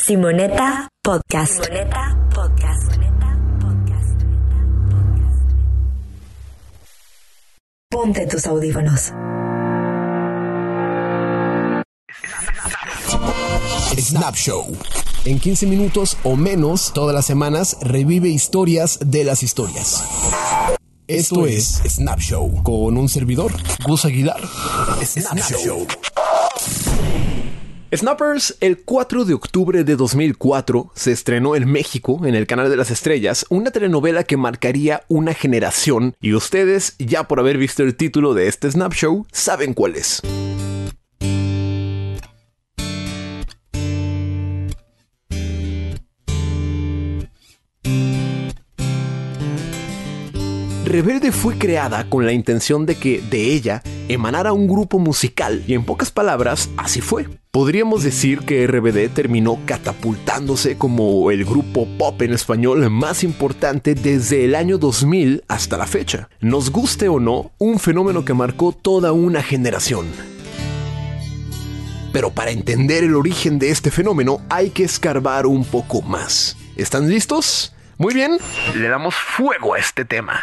Simonetta Podcast. Simonetta Podcast. Ponte tus audífonos. Snap Show. En 15 minutos o menos, todas las semanas, revive historias de las historias. Esto es Snap Show, con un servidor, Gus Aguilar. Snap Show. Snappers, el 4 de octubre de 2004 se estrenó en México, en el Canal de las Estrellas, una telenovela que marcaría una generación, y ustedes, ya por haber visto el título de este Snap Show, saben cuál es. Rebelde fue creada con la intención de que de ella emanara un grupo musical, y en pocas palabras, así fue. Podríamos decir que RBD terminó catapultándose como el grupo pop en español más importante desde el año 2000 hasta la fecha. Nos guste o no, un fenómeno que marcó toda una generación. Pero para entender el origen de este fenómeno hay que escarbar un poco más. ¿Están listos? Muy bien, le damos fuego a este tema.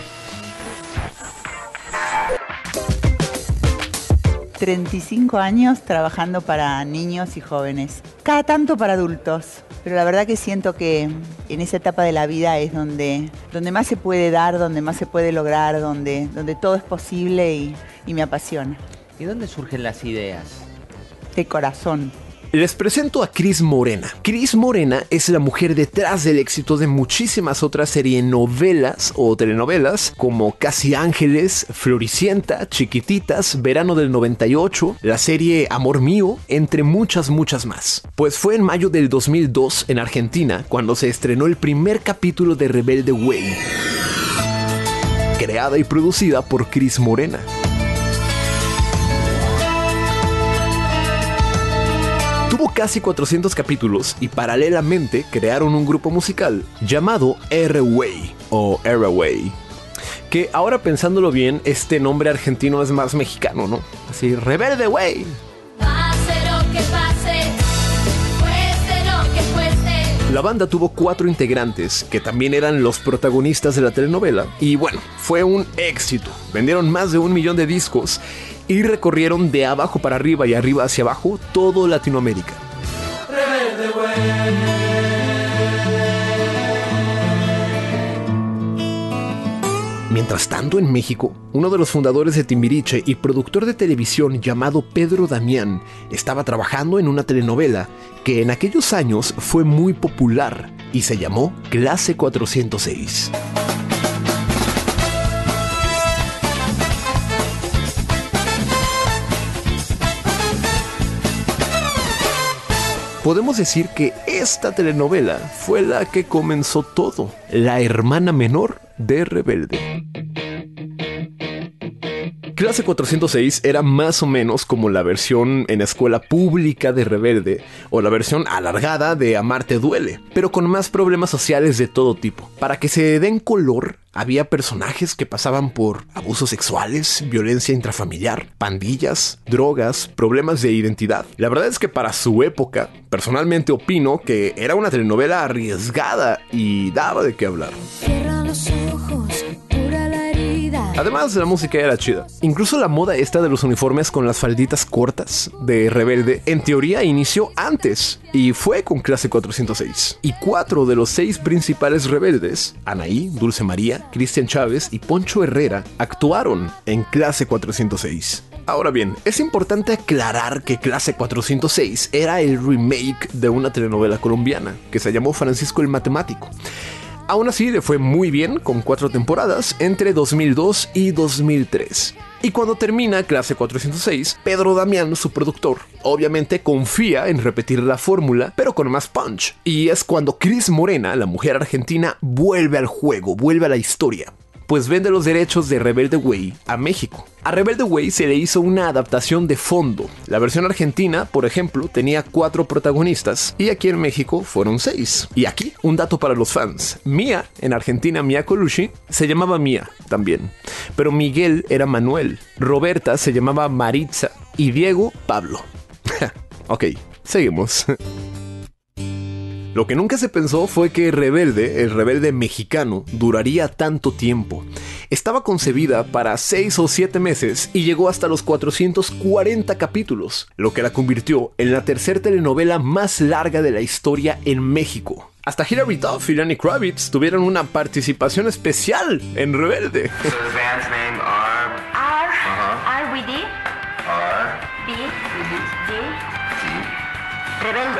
...35 años trabajando para niños y jóvenes, cada tanto para adultos, pero la verdad que siento que en esa etapa de la vida es donde más se puede dar, donde más se puede lograr, donde todo es posible y me apasiona. ¿Y dónde surgen las ideas? De corazón. Les presento a Cris Morena. Cris Morena es la mujer detrás del éxito de muchísimas otras serienovelas o telenovelas como Casi Ángeles, Floricienta, Chiquititas, Verano del 98, la serie Amor Mío, entre muchas más. Pues fue en mayo del 2002 en Argentina cuando se estrenó el primer capítulo de Rebelde Way, creada y producida por Cris Morena. Tuvo casi 400 capítulos y paralelamente crearon un grupo musical llamado R-Way o Era-Way, que ahora pensándolo bien, este nombre argentino es más mexicano, ¿no? Así, Rebelde Way. Pase lo que pase, cueste lo que cueste. La banda tuvo 4 integrantes, que también eran los protagonistas de la telenovela, y bueno, fue un éxito. Vendieron más de 1 millón de discos y recorrieron de abajo para arriba y arriba hacia abajo todo Latinoamérica. Mientras tanto, en México, uno de los fundadores de Timbiriche y productor de televisión llamado Pedro Damián estaba trabajando en una telenovela que en aquellos años fue muy popular y se llamó Clase 406. Podemos decir que esta telenovela fue la que comenzó todo, la hermana menor de Rebelde. Clase 406 era más o menos como la versión en escuela pública de Rebelde o la versión alargada de Amarte Duele, pero con más problemas sociales de todo tipo. Para que se den color, había personajes que pasaban por abusos sexuales, violencia intrafamiliar, pandillas, drogas, problemas de identidad. La verdad es que para su época, personalmente opino que era una telenovela arriesgada y daba de qué hablar. Cierra los ojos, cura la herida. Además, la música era chida. Incluso la moda esta de los uniformes con las falditas cortas de Rebelde, en teoría inició antes, y fue con Clase 406. Y 4 de los 6 principales rebeldes, Anaí, Dulce María, Cristian Chávez y Poncho Herrera, actuaron en Clase 406. Ahora bien, es importante aclarar que Clase 406 era el remake de una telenovela colombiana que se llamó Francisco el Matemático. Aún así le fue muy bien con 4 temporadas entre 2002 y 2003. Y cuando termina Clase 406, Pedro Damián, su productor, obviamente confía en repetir la fórmula, pero con más punch. Y es cuando Cris Morena, la mujer argentina, vuelve al juego, vuelve a la historia. Pues vende los derechos de Rebelde Way a México. A Rebelde Way se le hizo una adaptación de fondo. La versión argentina, por ejemplo, tenía 4 protagonistas y aquí en México fueron 6. Y aquí, un dato para los fans. Mía, en Argentina, Mía Colucci, se llamaba Mía también. Pero Miguel era Manuel. Roberta se llamaba Maritza y Diego, Pablo. Ok, seguimos. Lo que nunca se pensó fue que Rebelde, el Rebelde mexicano, duraría tanto tiempo. Estaba concebida para 6 o 7 meses y llegó hasta los 440 capítulos, lo que la convirtió en la tercera telenovela más larga de la historia en México. Hasta Hilary Duff y Lenny Kravitz tuvieron una participación especial en Rebelde. So the band's name R-B-D, B-D, Rebelde.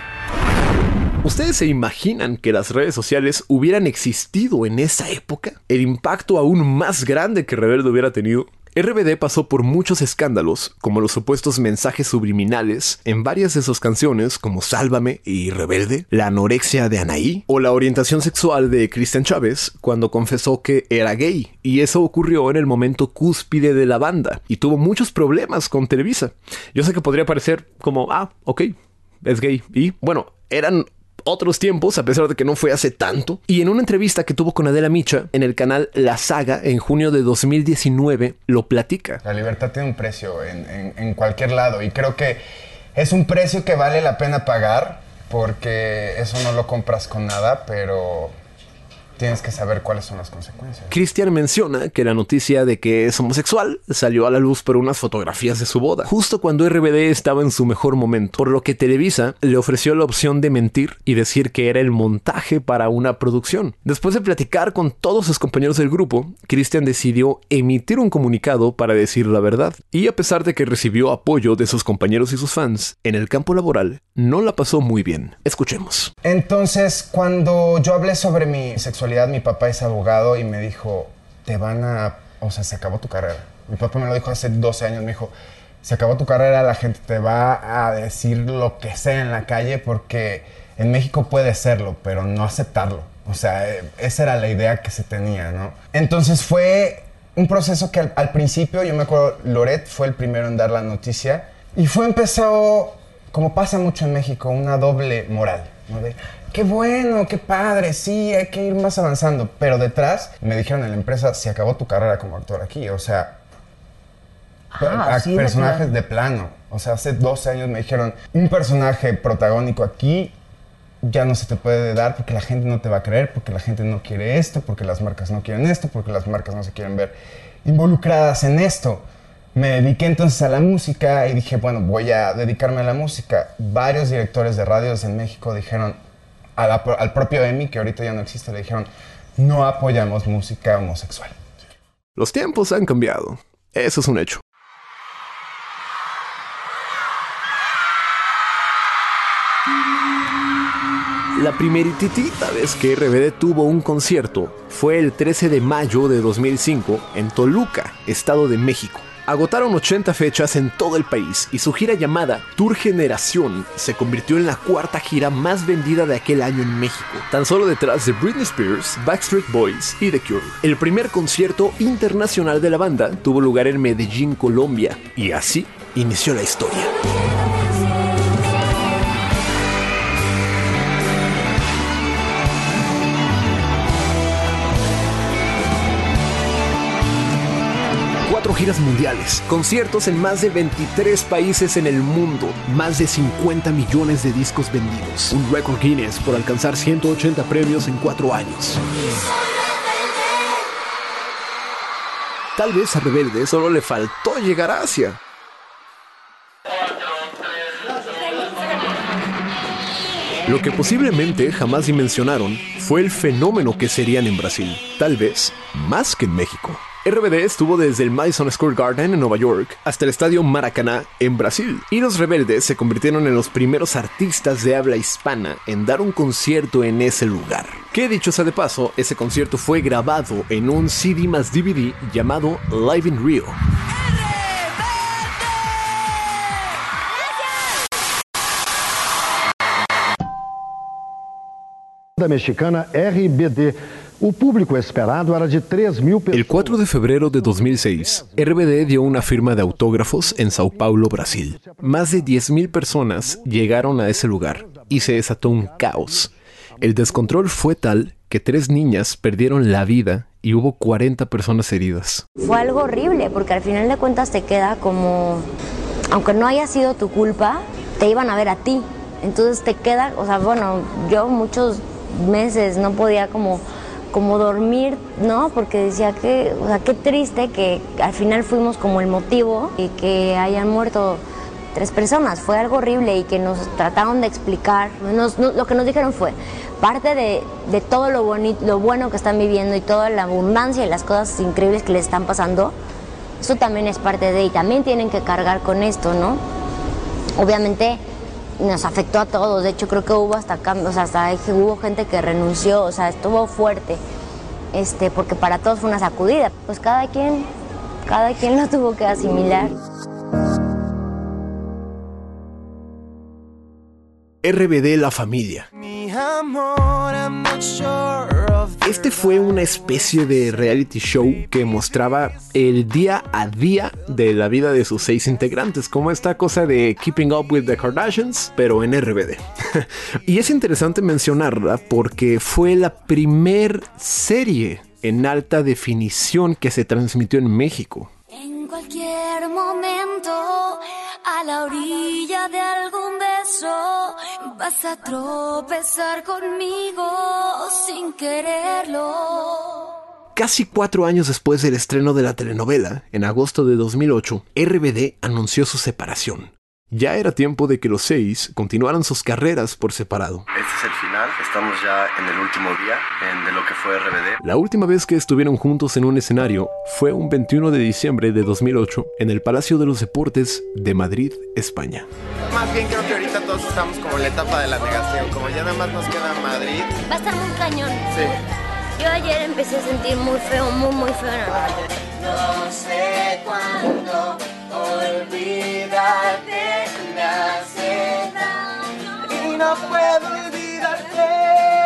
¿Ustedes se imaginan que las redes sociales hubieran existido en esa época? ¿El impacto aún más grande que Rebelde hubiera tenido? RBD pasó por muchos escándalos, como los supuestos mensajes subliminales en varias de sus canciones, como Sálvame y Rebelde, la anorexia de Anaí, o la orientación sexual de Cristian Chávez cuando confesó que era gay, y eso ocurrió en el momento cúspide de la banda, y tuvo muchos problemas con Televisa. Yo sé que podría parecer como, ok, es gay, y bueno, eran otros tiempos, a pesar de que no fue hace tanto. Y en una entrevista que tuvo con Adela Micha en el canal La Saga en junio de 2019, lo platica. La libertad tiene un precio en cualquier lado y creo que es un precio que vale la pena pagar porque eso no lo compras con nada, pero tienes que saber cuáles son las consecuencias. Cristian menciona que la noticia de que es homosexual salió a la luz por unas fotografías de su boda, justo cuando RBD estaba en su mejor momento, por lo que Televisa le ofreció la opción de mentir y decir que era el montaje para una producción. Después de platicar con todos sus compañeros del grupo, Cristian decidió emitir un comunicado para decir la verdad. Y a pesar de que recibió apoyo de sus compañeros y sus fans, en el campo laboral no la pasó muy bien. Escuchemos. Entonces, cuando yo hablé sobre mi sexualidad, mi papá es abogado y me dijo, se acabó tu carrera. Mi papá me lo dijo hace 12 años, me dijo, se acabó tu carrera, la gente te va a decir lo que sea en la calle porque en México puede serlo, pero no aceptarlo. O sea, esa era la idea que se tenía, ¿no? Entonces fue un proceso que al principio, yo me acuerdo, Loret fue el primero en dar la noticia y empezó, como pasa mucho en México, una doble moral, ¿no? De, qué bueno, qué padre, sí, hay que ir más avanzando. Pero detrás me dijeron en la empresa, se acabó tu carrera como actor aquí. O sea, personajes de plano. O sea, hace 12 años me dijeron, un personaje protagónico aquí ya no se te puede dar porque la gente no te va a creer, porque la gente no quiere esto, porque las marcas no quieren esto, porque las marcas no se quieren ver involucradas en esto. Me dediqué entonces a la música y dije, bueno, voy a dedicarme a la música. Varios directores de radios en México dijeron, al propio EMI, que ahorita ya no existe, le dijeron, no apoyamos música homosexual. Los tiempos han cambiado. Eso es un hecho. La primeritita vez que RBD tuvo un concierto fue el 13 de mayo de 2005 en Toluca, Estado de México. Agotaron 80 fechas en todo el país y su gira llamada Tour Generación se convirtió en la cuarta gira más vendida de aquel año en México, tan solo detrás de Britney Spears, Backstreet Boys y The Cure. El primer concierto internacional de la banda tuvo lugar en Medellín, Colombia, y así inició la historia. Giras mundiales, conciertos en más de 23 países en el mundo, más de 50 millones de discos vendidos, un récord Guinness por alcanzar 180 premios en 4 años. Tal vez a Rebelde solo le faltó llegar a Asia. Lo que posiblemente jamás dimensionaron fue el fenómeno que serían en Brasil, tal vez más que en México. RBD estuvo desde el Madison Square Garden en Nueva York hasta el Estadio Maracaná en Brasil, y los Rebeldes se convirtieron en los primeros artistas de habla hispana en dar un concierto en ese lugar. Que dicho sea de paso, ese concierto fue grabado en un CD más DVD llamado Live in Rio. Da mexicana RBD. El público esperado era de 3.000 personas. El 4 de febrero de 2006, RBD dio una firma de autógrafos en Sao Paulo, Brasil. Más de 10.000 personas llegaron a ese lugar y se desató un caos. El descontrol fue tal que 3 niñas perdieron la vida y hubo 40 personas heridas. Fue algo horrible porque al final de cuentas te queda como, aunque no haya sido tu culpa, te iban a ver a ti. Entonces te queda, o sea, bueno, yo muchos meses no podía como dormir, ¿no? Porque decía que, o sea, qué triste que al final fuimos como el motivo y que hayan muerto 3 personas. Fue algo horrible y que nos trataron de explicar. Lo que nos dijeron fue, parte de todo lo bueno que están viviendo y toda la abundancia y las cosas increíbles que les están pasando, eso también es parte de, y también tienen que cargar con esto, ¿no? Obviamente nos afectó a todos, de hecho creo que hubo hasta cambios, o sea, hasta hubo gente que renunció, o sea, estuvo fuerte, porque para todos fue una sacudida, pues cada quien lo tuvo que asimilar. RBD La Familia. Este fue una especie de reality show que mostraba el día a día de la vida de sus 6 integrantes, como esta cosa de Keeping Up with the Kardashians, pero en RBD. Y es interesante mencionarla porque fue la primer serie en alta definición que se transmitió en México. En cualquier momento, a la orilla de algún beso, vas a tropezar conmigo sin quererlo. Casi 4 años después del estreno de la telenovela, en agosto de 2008, RBD anunció su separación. Ya era tiempo de que los 6 continuaran sus carreras por separado. Este es el final, estamos ya en el último día de lo que fue RBD. La última vez que estuvieron juntos en un escenario fue un 21 de diciembre de 2008 en el Palacio de los Deportes de Madrid, España. Más bien creo que ahorita todos estamos como en la etapa de la negación, como ya nada más nos queda Madrid. Va a estar muy cañón. Sí. Yo ayer empecé a sentir muy feo en la noche. No sé cuándo olvidarte me hace daño. Y no puedo olvidarte.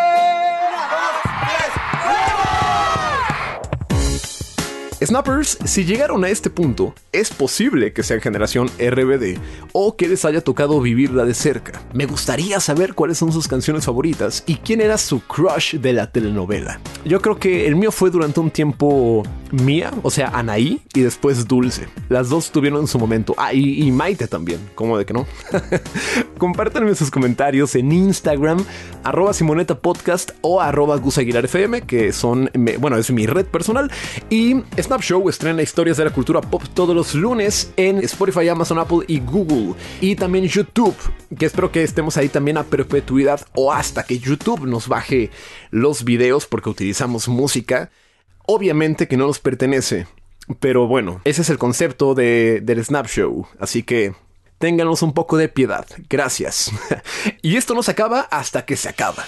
Snappers, si llegaron a este punto, es posible que sean generación RBD o que les haya tocado vivirla de cerca. Me gustaría saber cuáles son sus canciones favoritas y quién era su crush de la telenovela. Yo creo que el mío fue durante un tiempo Mía, o sea, Anaí, y después Dulce. Las dos tuvieron su momento. Ah, y Maite también, ¿cómo de que no? Compártanme sus comentarios en Instagram, @SimonetaPodcast o @GusAguilarFM, que son, bueno, es mi red personal. Y Snap Show estrena historias de la cultura pop todos los lunes en Spotify, Amazon, Apple y Google. Y también YouTube, que espero que estemos ahí también a perpetuidad o hasta que YouTube nos baje los videos porque utilizamos música. Obviamente que no nos pertenece, pero bueno, ese es el concepto del Snap Show, así que ténganos un poco de piedad. Gracias. Y esto no se acaba hasta que se acaba.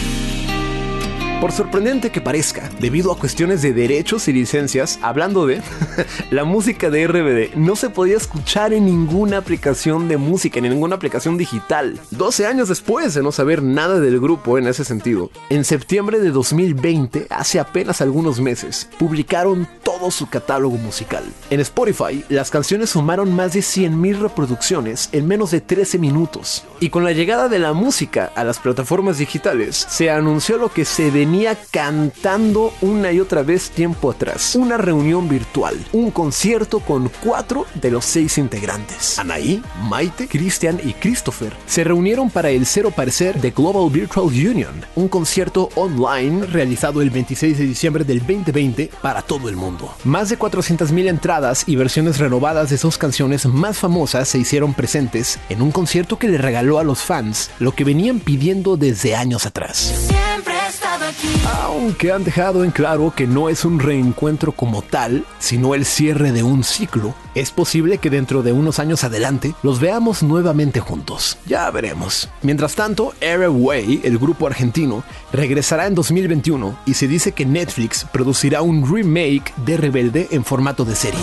Por sorprendente que parezca, debido a cuestiones de derechos y licencias, hablando de la música de RBD no se podía escuchar en ninguna aplicación de música, en ninguna aplicación digital. 12 años después de no saber nada del grupo en ese sentido, en septiembre de 2020, hace apenas algunos meses, publicaron todo su catálogo musical. En Spotify, las canciones sumaron más de 100,000 reproducciones en menos de 13 minutos. Y con la llegada de la música a las plataformas digitales, se anunció lo que se venía cantando una y otra vez tiempo atrás: una reunión virtual, un concierto con 4 de los 6 integrantes. Anaí, Maite, Cristian y Christopher se reunieron para el Cero Parecer de Global Virtual Union, un concierto online realizado el 26 de diciembre del 2020 para todo el mundo. Más de 400,000 entradas y versiones renovadas de sus canciones más famosas se hicieron presentes en un concierto que le regaló a los fans lo que venían pidiendo desde años atrás. Siempre he estado aquí. Aunque han dejado en claro que no es un reencuentro como tal, sino el cierre de un ciclo, es posible que dentro de unos años adelante los veamos nuevamente juntos. Ya veremos. Mientras tanto, Airway, el grupo argentino, regresará en 2021 y se dice que Netflix producirá un remake de Rebelde en formato de serie.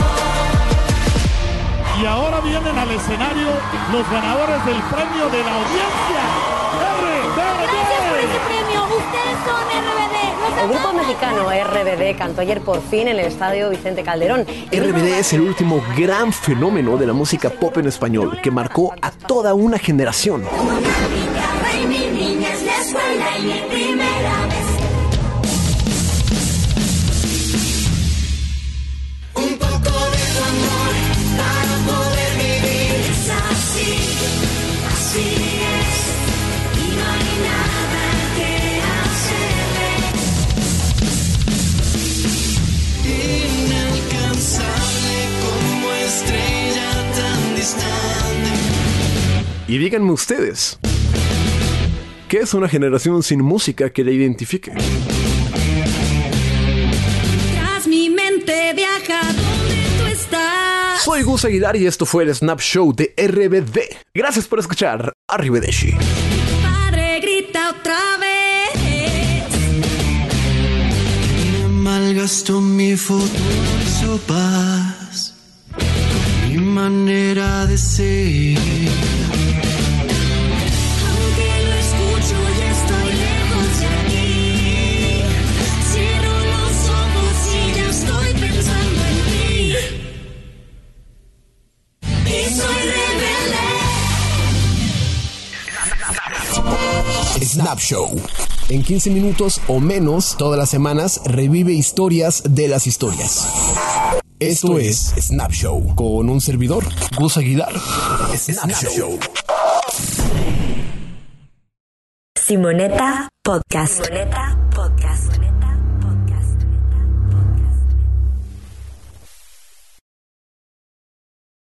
Y ahora vienen al escenario los ganadores del premio de la audiencia. Gracias por ese premio. Ustedes son RBD. El grupo mexicano RBD cantó ayer por fin en el estadio Vicente Calderón. RBD es el último gran fenómeno de la música pop en español que marcó a toda una generación. Así es. Y díganme ustedes, ¿qué es una generación sin música que la identifique? Tras mi mente viaja donde tú estás. Soy Gus Aguilar y esto fue el Snap Show de RBD. Gracias por escuchar. Arrivederci. Padre grita otra vez. Me malgasto mi futuro paz, mi manera de ser. Aunque lo escucho y estoy lejos de aquí, cierro los ojos y ya estoy pensando en ti. Y soy rebelde. Snap Show. En 15 minutos o menos, todas las semanas, revive historias de las historias. Esto es Snap Show, con un servidor, Gus Aguilar. Snap Show. Simonetta Podcast.